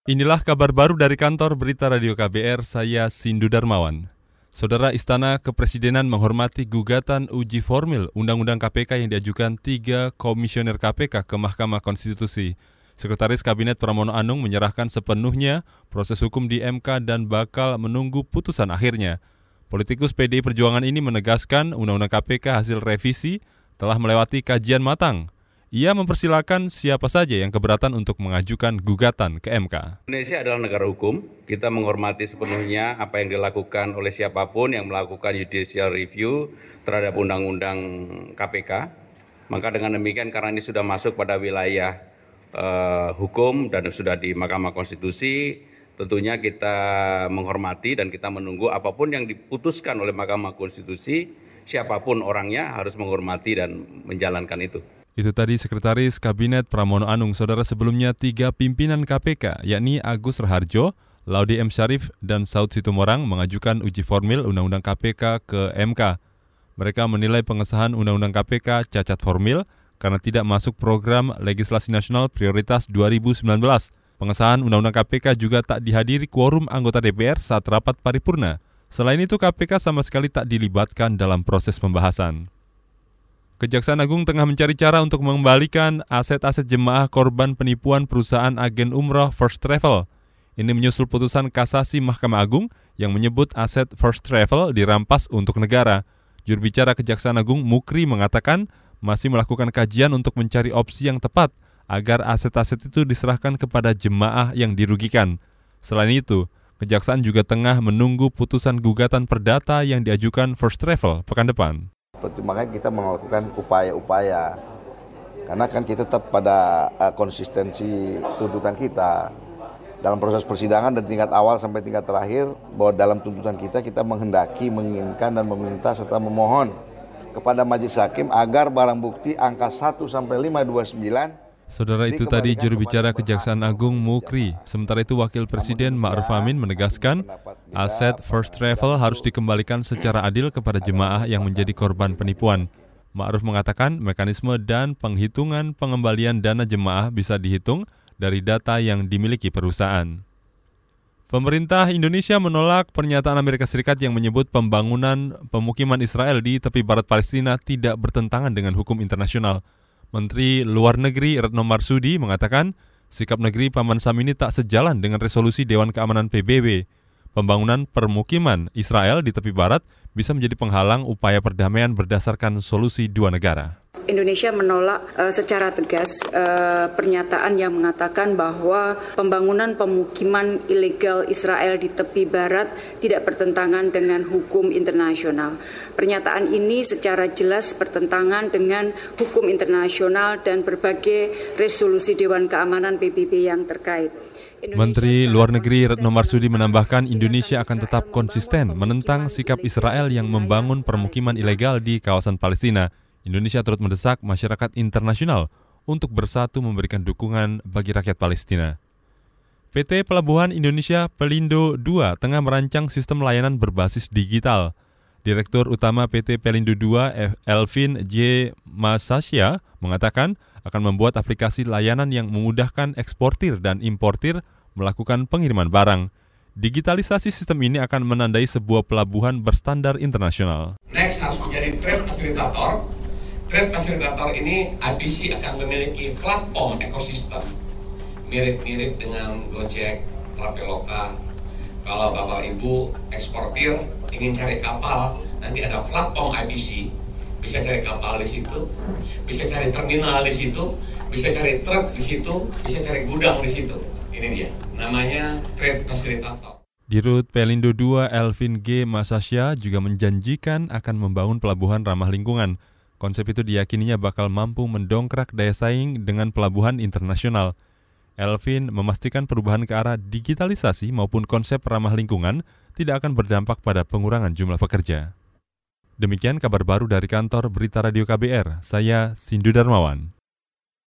Inilah kabar baru dari kantor Berita Radio KBR, saya Sindu Darmawan. Saudara, Istana Kepresidenan menghormati gugatan uji formil Undang-Undang KPK yang diajukan 3 komisioner KPK ke Mahkamah Konstitusi. Sekretaris Kabinet Pramono Anung menyerahkan sepenuhnya proses hukum di MK dan bakal menunggu putusan akhirnya. Politikus PDI Perjuangan ini menegaskan Undang-Undang KPK hasil revisi telah melewati kajian matang. Ia mempersilakan siapa saja yang keberatan untuk mengajukan gugatan ke MK. Indonesia adalah negara hukum. Kita menghormati sepenuhnya apa yang dilakukan oleh siapapun yang melakukan judicial review terhadap Undang-Undang KPK. Maka dengan demikian, karena ini sudah masuk pada wilayah hukum dan sudah di Mahkamah Konstitusi, tentunya kita menghormati dan kita menunggu apapun yang diputuskan oleh Mahkamah Konstitusi, siapapun orangnya harus menghormati dan menjalankan itu. Itu tadi Sekretaris Kabinet Pramono Anung. Saudara, sebelumnya 3 pimpinan KPK, yakni Agus Raharjo, Laude M. Syarif, dan Saud Situmorang mengajukan uji formil Undang-Undang KPK ke MK. Mereka menilai pengesahan Undang-Undang KPK cacat formil karena tidak masuk program legislasi nasional prioritas 2019. Pengesahan Undang-Undang KPK juga tak dihadiri quorum anggota DPR saat rapat paripurna. Selain itu, KPK sama sekali tak dilibatkan dalam proses pembahasan. Kejaksaan Agung tengah mencari cara untuk mengembalikan aset-aset jemaah korban penipuan perusahaan agen umroh First Travel. Ini menyusul putusan kasasi Mahkamah Agung yang menyebut aset First Travel dirampas untuk negara. Juru bicara Kejaksaan Agung Mukri mengatakan masih melakukan kajian untuk mencari opsi yang tepat agar aset-aset itu diserahkan kepada jemaah yang dirugikan. Selain itu, Kejaksaan juga tengah menunggu putusan gugatan perdata yang diajukan First Travel pekan depan. Makanya kita melakukan upaya-upaya, karena kan kita tetap pada konsistensi tuntutan kita dalam proses persidangan dan tingkat awal sampai tingkat terakhir, bahwa dalam tuntutan kita menghendaki, menginginkan dan meminta serta memohon kepada majelis hakim agar barang bukti angka 1-529. Saudara, itu tadi juru bicara Kejaksaan Agung Mukri. Sementara itu Wakil Presiden Ma'ruf Amin menegaskan aset First Travel harus dikembalikan secara adil kepada jemaah yang menjadi korban penipuan. Ma'ruf mengatakan mekanisme dan penghitungan pengembalian dana jemaah bisa dihitung dari data yang dimiliki perusahaan. Pemerintah Indonesia menolak pernyataan Amerika Serikat yang menyebut pembangunan pemukiman Israel di tepi barat Palestina tidak bertentangan dengan hukum internasional. Menteri Luar Negeri Retno Marsudi mengatakan sikap negeri Paman Sam ini tak sejalan dengan resolusi Dewan Keamanan PBB. Pembangunan permukiman Israel di tepi barat bisa menjadi penghalang upaya perdamaian berdasarkan solusi dua negara. Indonesia menolak secara tegas pernyataan yang mengatakan bahwa pembangunan pemukiman ilegal Israel di tepi barat tidak bertentangan dengan hukum internasional. Pernyataan ini secara jelas bertentangan dengan hukum internasional dan berbagai resolusi Dewan Keamanan PBB yang terkait. Menteri Luar Negeri Retno Marsudi menambahkan Indonesia akan tetap konsisten menentang sikap Israel yang membangun permukiman ilegal di kawasan Palestina. Indonesia turut mendesak masyarakat internasional untuk bersatu memberikan dukungan bagi rakyat Palestina. PT Pelabuhan Indonesia Pelindo II tengah merancang sistem layanan berbasis digital. Direktur Utama PT Pelindo II, Elvin J. Masasya, mengatakan akan membuat aplikasi layanan yang memudahkan eksportir dan importir melakukan pengiriman barang. Digitalisasi sistem ini akan menandai sebuah pelabuhan berstandar internasional. Next harus menjadi trade facilitator. Trade facilitator ini IPC akan memiliki platform ekosistem mirip-mirip dengan Gojek, Traveloka. Kalau Bapak Ibu eksportir ingin cari kapal, nanti ada platform IPC, bisa cari kapal di situ, bisa cari terminal di situ, bisa cari truk di situ, bisa cari gudang di situ. Ini dia, namanya trade facilitator. Dirut Pelindo II Elvin G. Masasya juga menjanjikan akan membangun pelabuhan ramah lingkungan. Konsep itu diyakininya bakal mampu mendongkrak daya saing dengan pelabuhan internasional. Elvin memastikan perubahan ke arah digitalisasi maupun konsep ramah lingkungan tidak akan berdampak pada pengurangan jumlah pekerja. Demikian kabar baru dari kantor Berita Radio KBR, saya Sindu Darmawan.